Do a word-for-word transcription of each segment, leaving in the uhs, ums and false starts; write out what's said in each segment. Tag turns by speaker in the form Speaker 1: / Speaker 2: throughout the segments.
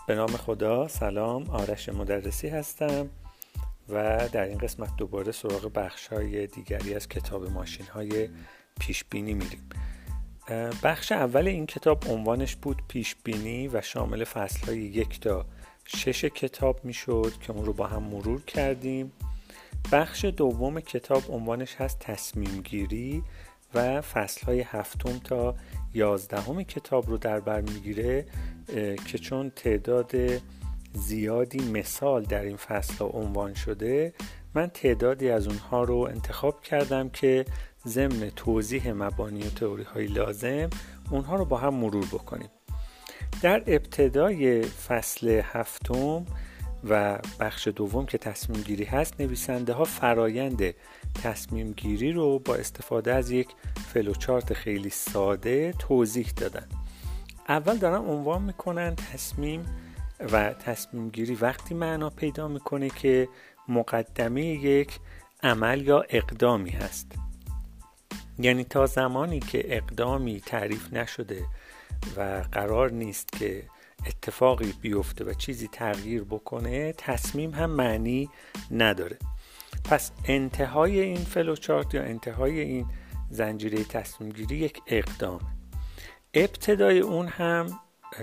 Speaker 1: به نام خدا. سلام، آرش مدرسی هستم و در این قسمت دوباره سراغ بخش‌های دیگری از کتاب ماشین‌های پیشبینی میریم. بخش اول این کتاب عنوانش بود پیشبینی و شامل فصل‌های یک تا شش کتاب میشد که اون رو با هم مرور کردیم. بخش دوم کتاب عنوانش هست تصمیم گیری و فصل‌های هفتم تا یازدهم کتاب رو در بر میگیره که چون تعداد زیادی مثال در این فصل‌ها عنوان شده، من تعدادی از اونها رو انتخاب کردم که ضمن توضیح مبانی و تئوری‌های لازم اونها رو با هم مرور بکنیم. در ابتدای فصل هفتم و بخش دوم که تصمیم گیری هست، نویسنده ها فرایند تصمیم گیری رو با استفاده از یک فلوچارت خیلی ساده توضیح دادن. اول دارن عنوان میکنن تصمیم و تصمیم گیری وقتی معنا پیدا میکنه که مقدمه یک عمل یا اقدامی هست. یعنی تا زمانی که اقدامی تعریف نشده و قرار نیست که اتفاقی بیفته و چیزی تغییر بکنه، تصمیم هم معنی نداره. پس انتهای این فلوچارت یا انتهای این زنجیره تصمیم گیری یک اقدام. ابتدای اون هم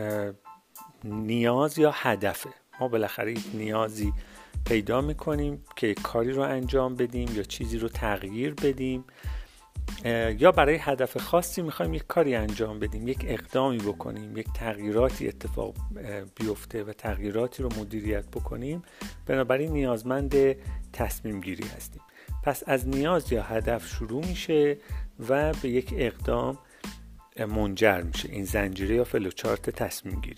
Speaker 1: نیاز یا هدفه. ما بالاخره یک نیازی پیدا میکنیم که کاری رو انجام بدیم یا چیزی رو تغییر بدیم، یا برای هدف خاصی میخوایم یک کاری انجام بدیم، یک اقدامی بکنیم، یک تغییراتی اتفاق بیفته و تغییراتی رو مدیریت بکنیم. بنابراین نیازمند تصمیم گیری هستیم. پس از نیاز یا هدف شروع میشه و به یک اقدام منجر میشه این زنجیره یا فلوچارت تصمیم گیری.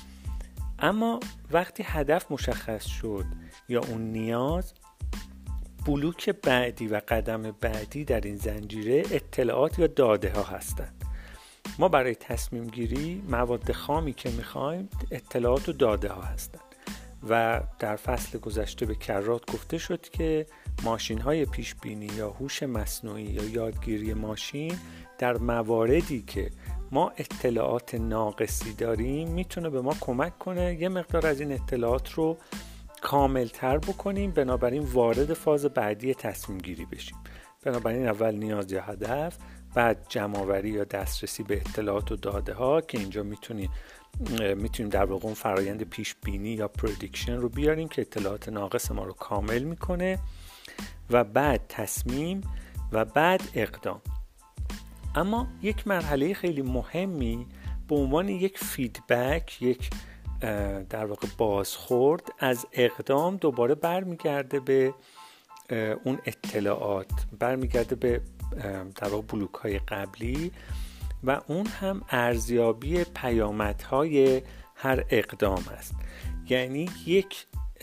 Speaker 1: اما وقتی هدف مشخص شد یا اون نیاز، بلوک بعدی و قدم بعدی در این زنجیره اطلاعات یا داده ها هستند. ما برای تصمیم گیری مواد خامی که میخوایم اطلاعات و داده ها هستند و در فصل گذشته به کرات گفته شد که ماشین های پیش بینی یا هوش مصنوعی یا یادگیری ماشین در مواردی که ما اطلاعات ناقصی داریم میتونه به ما کمک کنه یه مقدار از این اطلاعات رو کامل تر بکنیم، بنابراین وارد فاز بعدی تصمیم گیری بشیم. بنابراین اول نیاز یا هدف، بعد جمع‌آوری یا دسترسی به اطلاعات و داده ها که اینجا میتونیم میتونیم در واقع اون فرایند پیش بینی یا پردیکشن رو بیاریم که اطلاعات ناقص ما رو کامل میکنه، و بعد تصمیم و بعد اقدام. اما یک مرحله خیلی مهمی به عنوان یک فیدبک، یک در واقع بازخورد از اقدام دوباره برمیگرده به اون اطلاعات، برمیگرده به در واقع بلوک های قبلی و اون هم ارزیابی پیامدهای هر اقدام است. یعنی یک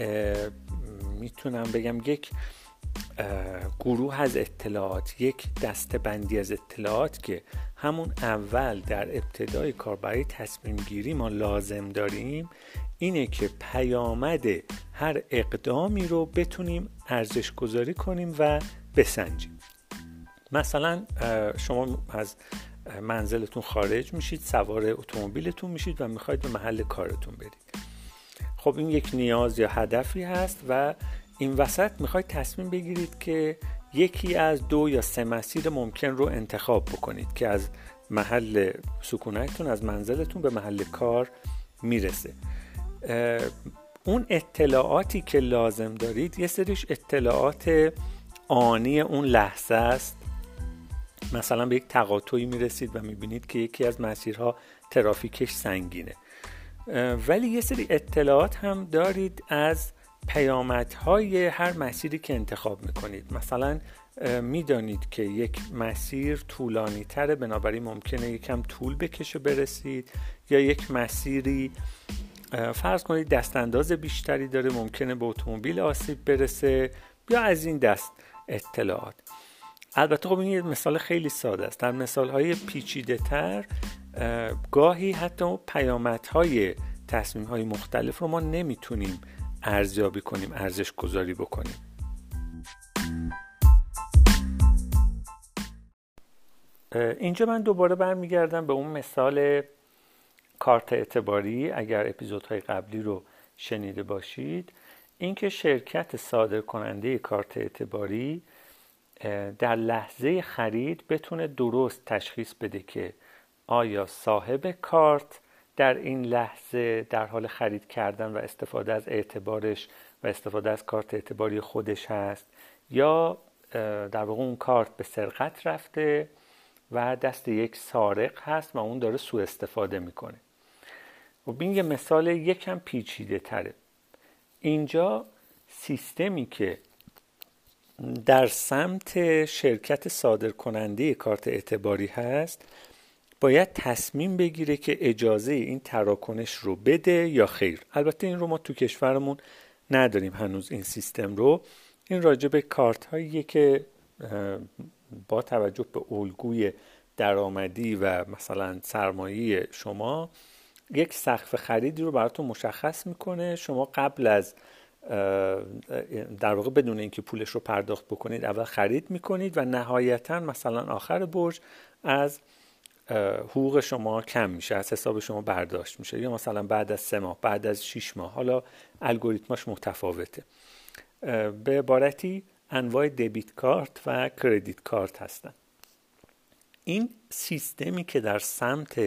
Speaker 1: میتونم بگم یک گروه از اطلاعات، یک دسته‌بندی از اطلاعات که همون اول در ابتدای کار برای تصمیم گیری ما لازم داریم، اینه که پیامد هر اقدامی رو بتونیم ارزش گذاری کنیم و بسنجیم. مثلا شما از منزلتون خارج میشید، سوار اتومبیلتون میشید و میخواید به محل کارتون برید. خب این یک نیاز یا هدفی هست و این وسط میخواید تصمیم بگیرید که یکی از دو یا سه مسیر ممکن رو انتخاب بکنید که از محل سکونتتون، از منزلتون به محل کار میرسه. اون اطلاعاتی که لازم دارید یه سریش اطلاعات آنی اون لحظه است. مثلا به یک تقاطعی میرسید و میبینید که یکی از مسیرها ترافیکش سنگینه، ولی یه سری اطلاعات هم دارید از پیامدهای هر مسیری که انتخاب میکنید. مثلا میدانید که یک مسیر طولانی تره، بنابراین ممکنه یکم طول بکشه برسید، یا یک مسیری فرض کنید دست انداز بیشتری داره، ممکنه به اتومبیل آسیب برسه، یا از این دست اطلاعات. البته خب این یه مثال خیلی ساده است. در مثالهای پیچیده تر گاهی حتی پیامدهای تصمیم‌های مختلف رو ما نمیتونیم ارزیابی کنیم، ارزش گذاری بکنیم. اینجا من دوباره برمیگردم به اون مثال کارت اعتباری، اگر اپیزودهای قبلی رو شنیده باشید، اینکه شرکت صادر کننده کارت اعتباری در لحظه خرید بتونه درست تشخیص بده که آیا صاحب کارت در این لحظه در حال خرید کردن و استفاده از اعتبارش و استفاده از کارت اعتباری خودش هست، یا در واقع اون کارت به سرقت رفته و دست یک سارق هست و اون داره سوء استفاده میکنه. و این یه مثال یکم پیچیده تره. اینجا سیستمی که در سمت شرکت صادر کننده کارت اعتباری هست باید تصمیم بگیره که اجازه این تراکنش رو بده یا خیر. البته این رو ما تو کشورمون نداریم هنوز این سیستم رو. این راجع به کارت هاییه که با توجه به الگوی درآمدی و مثلا سرمایه شما یک سقف خریدی رو براتون مشخص میکنه. شما قبل از در واقع بدون اینکه پولش رو پرداخت بکنید اول خرید میکنید و نهایتا مثلا آخر برج از حقوق شما کم میشه، از حساب شما برداشت میشه، یا مثلا بعد از سه ماه، بعد از شش ماه. حالا الگوریتماش متفاوته. به عبارتی انواع دبیت کارت و کردیت کارت هستن. این سیستمی که در سمت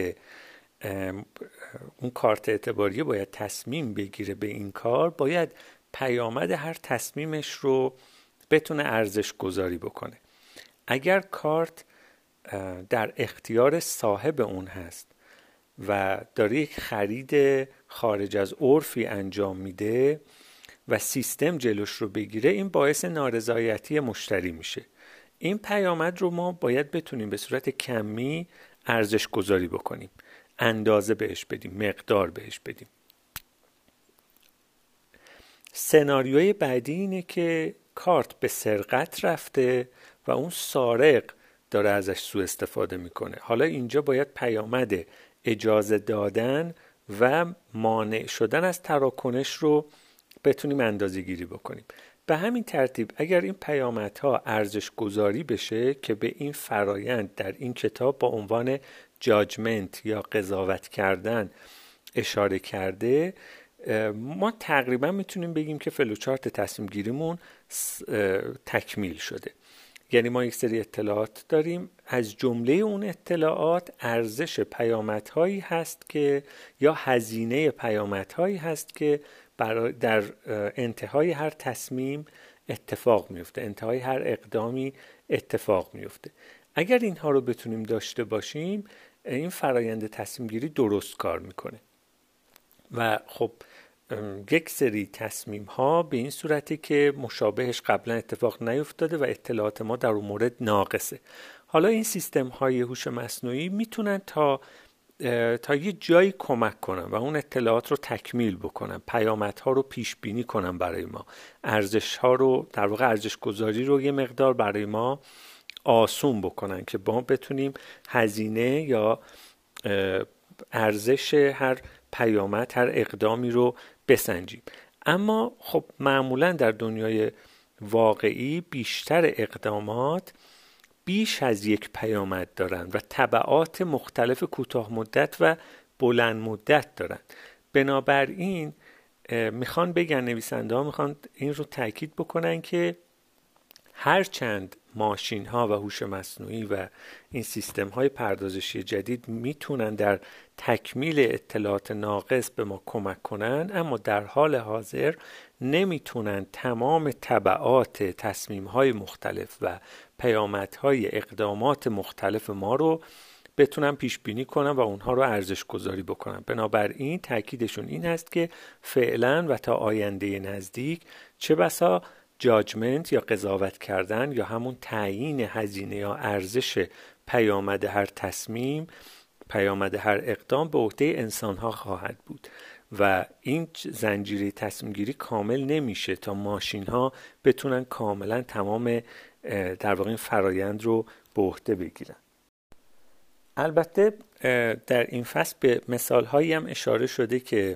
Speaker 1: اون کارت اعتباری باید تصمیم بگیره به این کار، باید پیامد هر تصمیمش رو بتونه ارزش گذاری بکنه. اگر کارت در اختیار صاحب اون هست و داره یک خرید خارج از عرفی انجام میده و سیستم جلوش رو بگیره، این باعث نارضایتی مشتری میشه. این پیامد رو ما باید بتونیم به صورت کمی ارزش گذاری بکنیم، اندازه بهش بدیم، مقدار بهش بدیم. سناریوی بعدی اینه که کارت به سرقت رفته و اون سارق داره ازش سوء استفاده میکنه. حالا اینجا باید پیامد اجازه دادن و مانع شدن از تراکنش رو بتونیم اندازه گیری بکنیم. به همین ترتیب اگر این پیامدها ارزش گذاری بشه که به این فرایند در این کتاب با عنوان جاجمنت یا قضاوت کردن اشاره کرده، ما تقریبا میتونیم بگیم که فلوچارت تصمیم گیریمون تکمیل شده. یعنی ما یک سری اطلاعات داریم، از جمله اون اطلاعات ارزش پیامدهایی هست که یا هزینه پیامدهایی هست که برای در انتهای هر تصمیم اتفاق میفته، انتهای هر اقدامی اتفاق میفته. اگر اینها رو بتونیم داشته باشیم، این فرایند تصمیم گیری درست کار میکنه. و خب یک سری تصمیم ها به این صورتی که مشابهش قبلا اتفاق نیفتاده و اطلاعات ما در اون مورد ناقصه. حالا این سیستم های هوش مصنوعی میتونن تا تا یه جایی کمک کنن و اون اطلاعات رو تکمیل بکنن، پیامدها رو پیش بینی کنن برای ما، ارزش ها رو در واقع ارزش گذاری رو یه مقدار برای ما آسون بکنن که ما بتونیم هزینه یا ارزش هر پیامد، هر اقدامی رو بسنجیم. اما خب معمولا در دنیای واقعی بیشتر اقدامات بیش از یک پیامد دارن و تبعات مختلف کوتاه مدت و بلند مدت دارن. بنابراین میخوان بگن، نویسنده ها میخوان این رو تاکید بکنن که هرچند ماشین ها و هوش مصنوعی و این سیستم های پردازشی جدید میتونن در تکمیل اطلاعات ناقص به ما کمک کنن، اما در حال حاضر نمیتونن تمام تبعات تصمیم های مختلف و پیامد های اقدامات مختلف ما رو بتونن پیش بینی کنن و اونها رو ارزش گذاری بکنن. بنابراین تاکیدشون این هست که فعلا و تا آینده نزدیک چه بسا جاجمنت یا قضاوت کردن یا همون تعیین هزینه یا ارزش پیامد هر تصمیم، پیامد هر اقدام به عهده انسان‌ها خواهد بود و این زنجیره تصمیم گیری کامل نمیشه تا ماشین‌ها بتونن کاملا تمام در واقع این فرایند رو به عهده بگیرن. البته در این فصل به مثال‌هایی هم اشاره شده که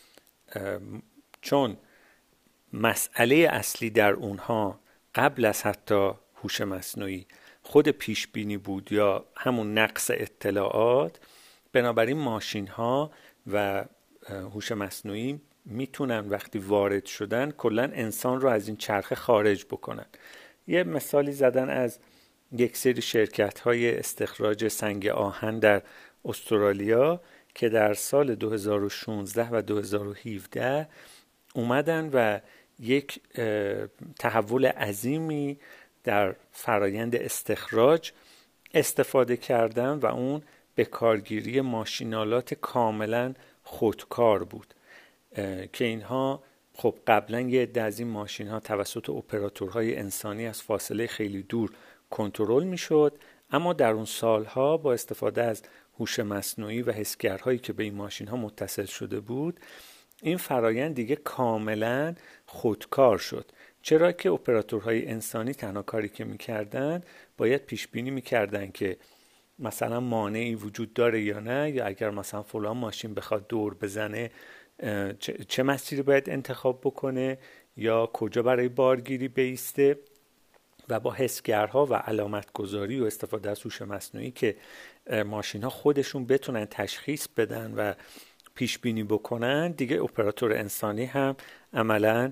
Speaker 1: چون مسئله اصلی در اونها قبل از حتی هوش مصنوعی خود پیش بینی بود یا همون نقص اطلاعات، بنابراین ماشین ها و هوش مصنوعی میتونن وقتی وارد شدن کلا انسان رو از این چرخه خارج بکنن. یه مثالی زدن از یک سری شرکت های استخراج سنگ آهن در استرالیا که در سال دو هزار و شانزده و دو هزار و هفده اومدن و یک تحول عظیمی در فرایند استخراج استفاده کردن و اون به کارگیری ماشینالات کاملا خودکار بود که اینها خب قبلا یه عده از این ماشین ها توسط اپراتورهای انسانی از فاصله خیلی دور کنترل میشد، اما در اون سالها با استفاده از هوش مصنوعی و حسگرهایی که به این ماشین ها متصل شده بود این فرایند دیگه کاملا خودکار شد. چرا که اپراتورهای انسانی تنها کاری که میکردن باید پیش بینی میکردن که مثلا مانعی وجود داره یا نه، یا اگر مثلا فلان ماشین بخواد دور بزنه چه مسیری باید انتخاب بکنه یا کجا برای بارگیری بیسته و با حسگرها و علامت گذاری و استفاده از هوش مصنوعی که ماشین ها خودشون بتونن تشخیص بدن و پیش بینی بکنن دیگه اپراتور انسانی هم عملاً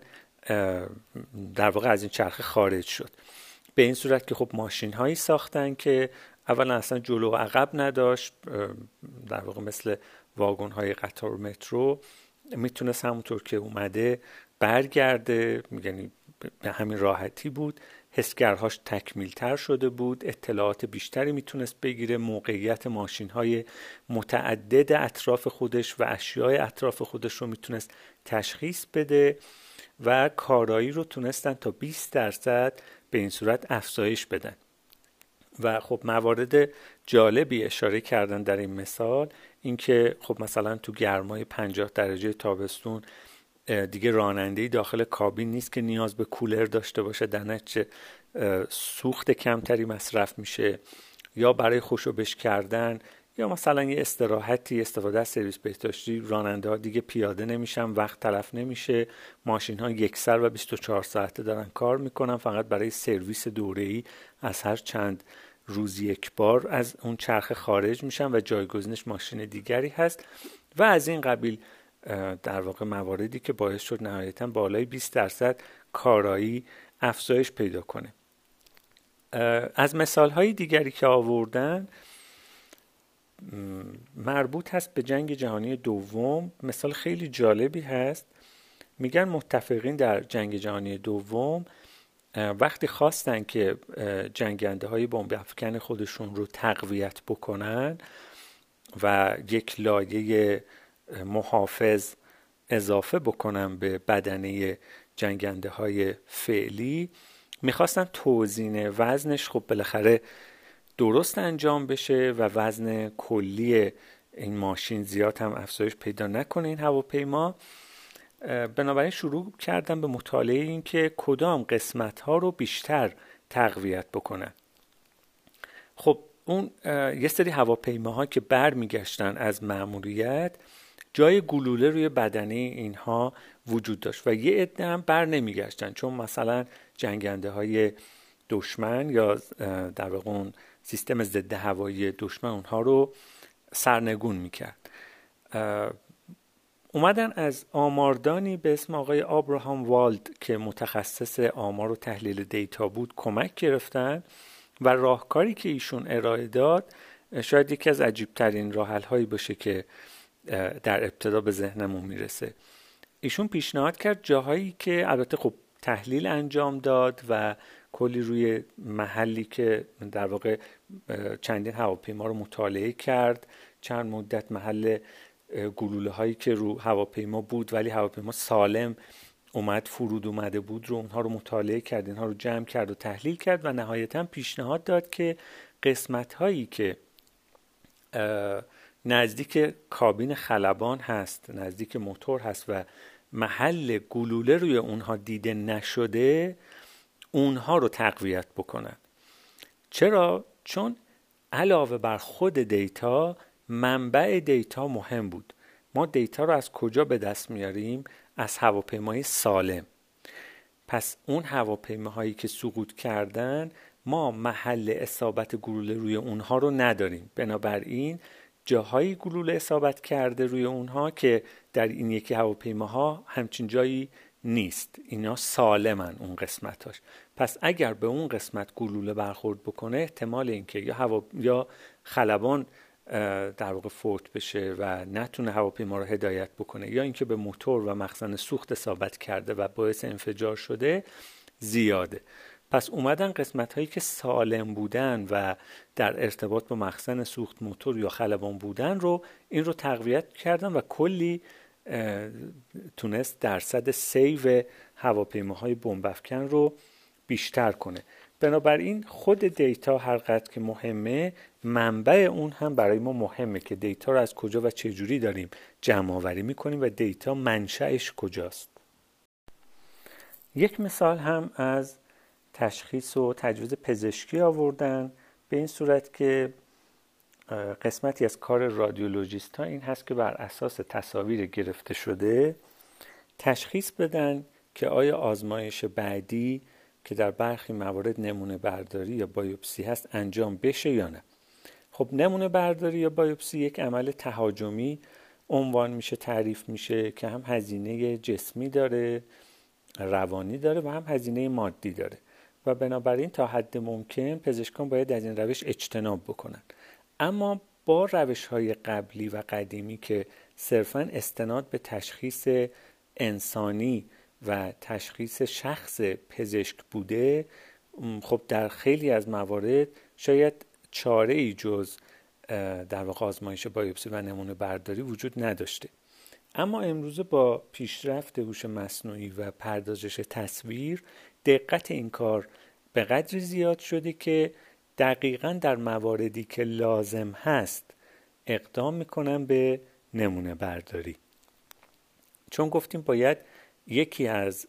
Speaker 1: در واقع از این چرخه خارج شد. به این صورت که خب ماشین هایی ساختن که اولا اصلا جلو و عقب نداشت، در واقع مثل واگن های قطار مترو میتونست همونطور که اومده برگرده، یعنی به همین راحتی بود. حسگرهاش تکمیل تر شده بود، اطلاعات بیشتری میتونست بگیره، موقعیت ماشین های متعدد اطراف خودش و اشیاء اطراف خودش رو میتونست تشخیص بده و کارایی رو تونستن تا بیست درصد به این صورت افزایش بدن. و خب موارد جالبی اشاره کردن در این مثال، اینکه خب مثلا تو گرمای پنجاه درجه تابستون دیگه راننده‌ای داخل کابین نیست که نیاز به کولر داشته باشه، در نتیجه سوخت کمتری مصرف میشه، یا برای خوشوبش کردن یا مثلا یه استراحتی استفاده از سرویس بهداشتی راننده ها دیگه پیاده نمیشن، وقت تلف نمیشه، ماشین ها یکسر و بیست و چهار ساعته دارن کار میکنن، فقط برای سرویس دوره‌ای از هر چند روز یک بار از اون چرخه خارج میشن و جایگزینش ماشین دیگری هست و از این قبیل در واقع مواردی که باعث شد نهایتاً بالای بیست درصد کارایی افزایش پیدا کنه. از مثالهای دیگری که آوردن مربوط هست به جنگ جهانی دوم. مثال خیلی جالبی هست، میگن متفقین در جنگ جهانی دوم وقتی خواستن که جنگنده های بمب افکن خودشون رو تقویت بکنن و یک لایه محافظ اضافه بکنن به بدنه جنگنده های فعلی، میخواستن توزیع وزنش خب بالاخره درست انجام بشه و وزن کلی این ماشین زیاد هم افزایش پیدا نکنه این هواپیما. بنابراین شروع کردن به مطالعه این که کدام قسمت ها رو بیشتر تقویت بکنن. خب اون یه سری هواپیماها که بر میگشتن از مأموریت جای گلوله روی بدنه اینها وجود داشت و یه عده هم بر نمیگشتن، چون مثلا جنگنده های دشمن یا در واقع اون سیستم ضد هوایی دشمن اونها رو سرنگون میکرد. اومدن از آماردانی به اسم آقای آبراهام والد که متخصص آمار و تحلیل دیتا بود کمک گرفتن و راهکاری که ایشون ارائه داد شاید یکی از عجیبترین راهحل هایی باشه که در ابتدا به ذهنمون میرسه. ایشون پیشنهاد کرد جاهایی که البته خب تحلیل انجام داد و کلی روی محلی که در واقع چندین هواپیما رو مطالعه کرد، چند مدت محل گلوله هایی که رو هواپیما بود ولی هواپیما سالم اومد فرود اومده بود رو اونها رو مطالعه کرد، اینها رو جمع کرد و تحلیل کرد و نهایتاً پیشنهاد داد که قسمت هایی که نزدیک کابین خلبان هست، نزدیک موتور هست و محل گلوله روی اونها دیده نشده اونها رو تقویت بکنن. چرا؟ چون علاوه بر خود دیتا منبع دیتا مهم بود. ما دیتا رو از کجا به دست میاریم؟ از هواپیمای سالم. پس اون هواپیماهایی که سقوط کردن ما محل اصابت گلوله روی اونها رو نداریم، بنابراین جاهایی گلوله اصابت کرده روی اونها که در این یکی هواپیماها همچین جایی نیست. اینا سالمن اون قسمتاش. پس اگر به اون قسمت گلوله برخورد بکنه احتمال اینکه یا هوا یا خلبان در واقع فوت بشه و نتونه هواپیما رو هدایت بکنه یا اینکه به موتور و مخزن سوخت اصابت کرده و باعث انفجار شده زیاده. پس اومدن قسمت هایی که سالم بودن و در ارتباط با مخزن سوخت موتور یا خلبان بودن رو این رو تقویت کردن و کلی تونست درصد سیو هواپیماهای بمب افکن رو بیشتر کنه. بنابراین خود دیتا هر قدر که مهمه، منبع اون هم برای ما مهمه که دیتا رو از کجا و چه جوری داریم جمع آوری میکنیم و دیتا منشأش کجاست. یک مثال هم از تشخیص و تجویز پزشکی آوردن به این صورت که قسمتی از کار رادیولوژیست ها این هست که بر اساس تصاویر گرفته شده تشخیص بدن که آیا آزمایش بعدی که در برخی موارد نمونه برداری یا بایوپسی هست انجام بشه یا نه. خب نمونه برداری یا بایوپسی یک عمل تهاجمی عنوان میشه، تعریف میشه که هم هزینه جسمی داره، روانی داره و هم هزینه مادی داره و بنابراین تا حد ممکن پزشکان باید از این روش اجتناب بکنن. اما با روش‌های قبلی و قدیمی که صرفاً استناد به تشخیص انسانی و تشخیص شخص پزشک بوده، خب در خیلی از موارد شاید چاره‌ای جز در واقع آزمایش بایوپسی و نمونه برداری وجود نداشته. اما امروزه با پیشرفت هوش مصنوعی و پردازش تصویر دقت این کار به قدری زیاد شده که دقیقاً در مواردی که لازم هست اقدام میکنن به نمونه برداری. چون گفتیم باید یکی از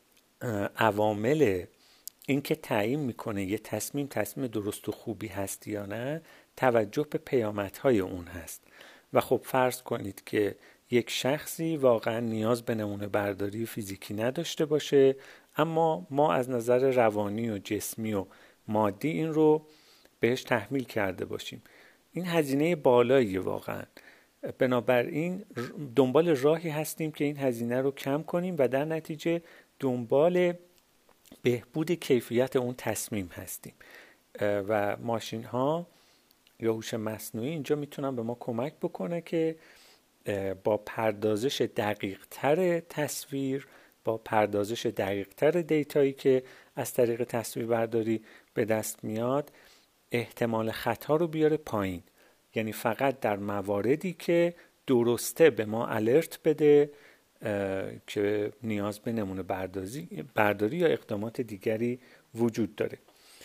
Speaker 1: عوامل این که تعیین میکنه یه تصمیم تصمیم درست و خوبی هست یا نه توجه به پیامدهای اون هست. و خب فرض کنید که یک شخصی واقعا نیاز به نمونه برداری فیزیکی نداشته باشه، اما ما از نظر روانی و جسمی و مادی این رو بهش تحمیل کرده باشیم. این هزینه بالاییه واقعا. بنابراین دنبال راهی هستیم که این هزینه رو کم کنیم و در نتیجه دنبال بهبود کیفیت اون تصمیم هستیم و ماشین ها یا هوش مصنوعی اینجا میتونن به ما کمک بکنه که با پردازش دقیق تر تصویر، با پردازش دقیق تر دیتایی که از طریق تصویر برداری به دست میاد احتمال خطا رو بیاره پایین. یعنی فقط در مواردی که درسته به ما الرت بده که نیاز به نمونه برداری, برداری یا اقدامات دیگری وجود داره.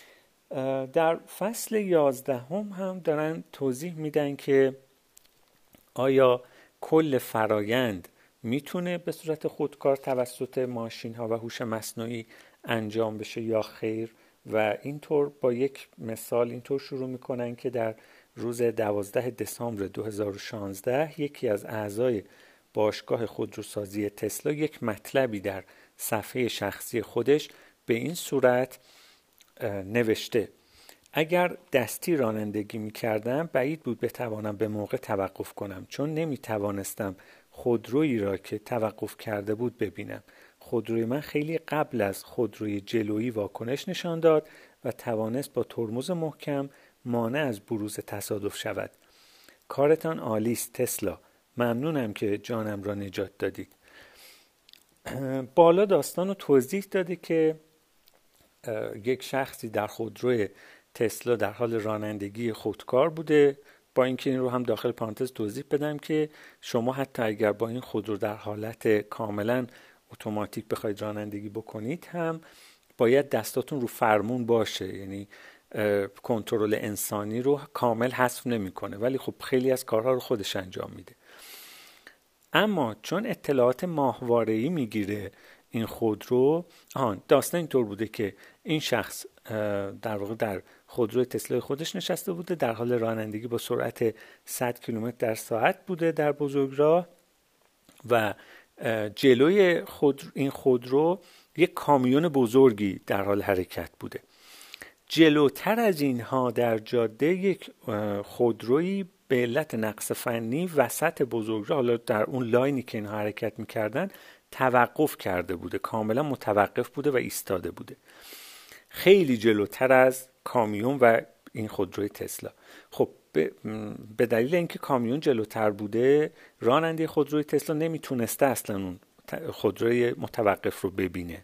Speaker 1: در فصل یازدهم هم دارن توضیح میدن که آیا کل فرایند میتونه به صورت خودکار توسط ماشین ها و هوش مصنوعی انجام بشه یا خیر، و اینطور با یک مثال اینطور شروع میکنن که در روز دوازده دسامبر دو هزار و شانزده یکی از اعضای باشگاه خودروسازی تسلا یک مطلبی در صفحه شخصی خودش به این صورت نوشته: اگر دستی رانندگی می‌کردم بعید بود بتوانم به موقع توقف کنم، چون نمی‌توانستم خودرویی را که توقف کرده بود ببینم. خودروی من خیلی قبل از خودروی جلویی واکنش نشان داد و توانست با ترمز محکم مانع از بروز تصادف شود. کارتان عالی است تسلا. ممنونم که جانم را نجات دادید. بالا داستان رو توضیح داده که یک شخصی در خودروی تسلا در حال رانندگی خودکار بوده. با اینکه این رو هم داخل پرانتز توضیح بدم که شما حتی اگر با این خودرو در حالت کاملا اتوماتیک بخواید رانندگی بکنید هم باید دستاتون رو فرمون باشه، یعنی کنترل انسانی رو کامل حذف نمیکنه، ولی خب خیلی از کارها رو خودش انجام میده. اما چون اطلاعات ماهواره‌ای میگیره این خودرو، آن داستان اینطور بوده که این شخص در واقع در خودروی تسلا خودش نشسته بوده، در حال رانندگی با سرعت صد کیلومتر در ساعت بوده در بزرگراه و جلوی خود این خودرو یک کامیون بزرگی در حال حرکت بوده. جلوتر از اینها در جاده یک خودرویی به علت نقص فنی وسط بزرگراه، حالا در اون لاینی که اینها حرکت میکردن توقف کرده بوده، کاملا متوقف بوده و ایستاده بوده، خیلی جلوتر از کامیون و این خودروی تسلا. خب به دلیل اینکه کامیون جلوتر بوده، راننده خودروی تسلا نمیتونسته اصلا اون خودروی متوقف رو ببینه.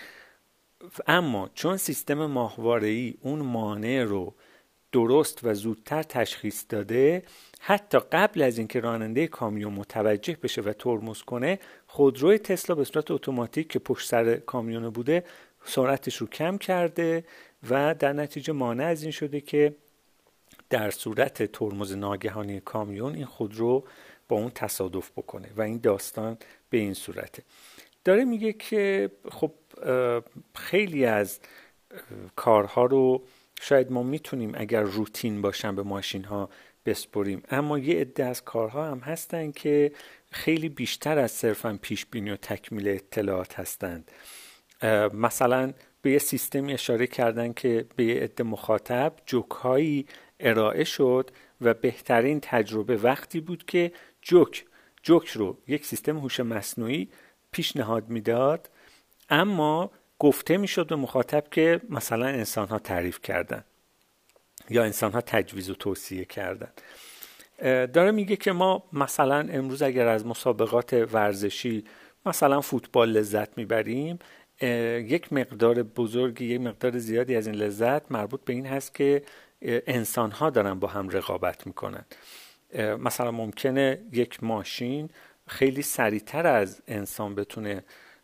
Speaker 1: اما چون سیستم ماهواره‌ای اون مانع رو درست و زودتر تشخیص داده، حتی قبل از اینکه راننده کامیون متوجه بشه و ترمز کنه، خودروی تسلا به صورت اتوماتیک که پشت سر کامیون بوده سرعتش رو کم کرده و در نتیجه مانع از این شده که در صورت ترمز ناگهانی کامیون این خودرو با اون تصادف بکنه و این داستان به این صورته. داره میگه که خب خیلی از کارها رو شاید ما میتونیم اگر روتین باشن به ماشین ها بسپریم، اما یه عده از کارها هم هستن که خیلی بیشتر از صرفاً پیش بینی و تکمیل اطلاعات هستند. مثلا به یه سیستمی اشاره کردن که به یه عده مخاطب جوک هایی ارائه شد و بهترین تجربه وقتی بود که جوک جوک رو یک سیستم هوش مصنوعی پیشنهاد میداد، اما گفته میشد به مخاطب که مثلا انسان ها تعریف کردن یا انسان ها تجویز و توصیه کردن. داره میگه که ما مثلا امروز اگر از مسابقات ورزشی مثلا فوتبال لذت میبریم، یک مقدار بزرگی یک مقدار زیادی از این لذت مربوط به این هست که انسان ها دارن با هم رقابت میکنن. مثلا ممکنه یک ماشین خیلی سریعتر از انسان بتونه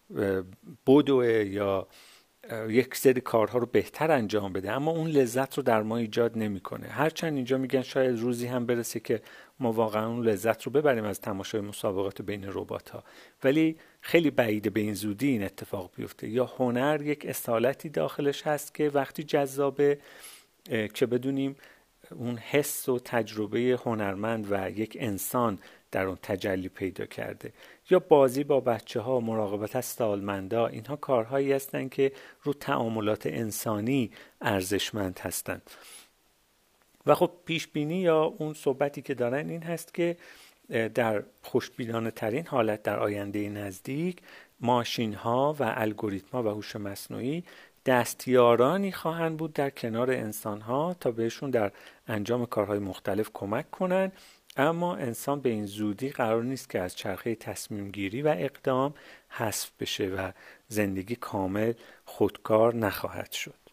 Speaker 1: بدوه یا یک سری کارها رو بهتر انجام بده، اما اون لذت رو در ما ایجاد نمیکنه. هرچند اینجا میگن شاید روزی هم برسه که ما واقعا اون لذت رو ببریم از تماشای مسابقات بین ربات‌ها، ولی خیلی بعیده به این زودی این اتفاق بیفته. یا هنر یک اصالتی داخلش هست که وقتی جذابه که بدونیم اون حس و تجربه هنرمند و یک انسان در اون تجلی پیدا کرده. یا بازی با بچه ها، مراقبت از سالمندا، اینها کارهایی هستن که رو تعاملات انسانی ارزشمند هستن. و خب پیش بینی یا اون صحبتی که دارن این هست که در خوشبینانه ترین حالت در آینده نزدیک ماشین ها و الگوریتم ها و هوش مصنوعی دستیارانی خواهند بود در کنار انسان ها تا بهشون در انجام کارهای مختلف کمک کنن، اما انسان به این زودی قرار نیست که از چرخه تصمیم گیری و اقدام حذف بشه و زندگی کامل خودکار نخواهد شد.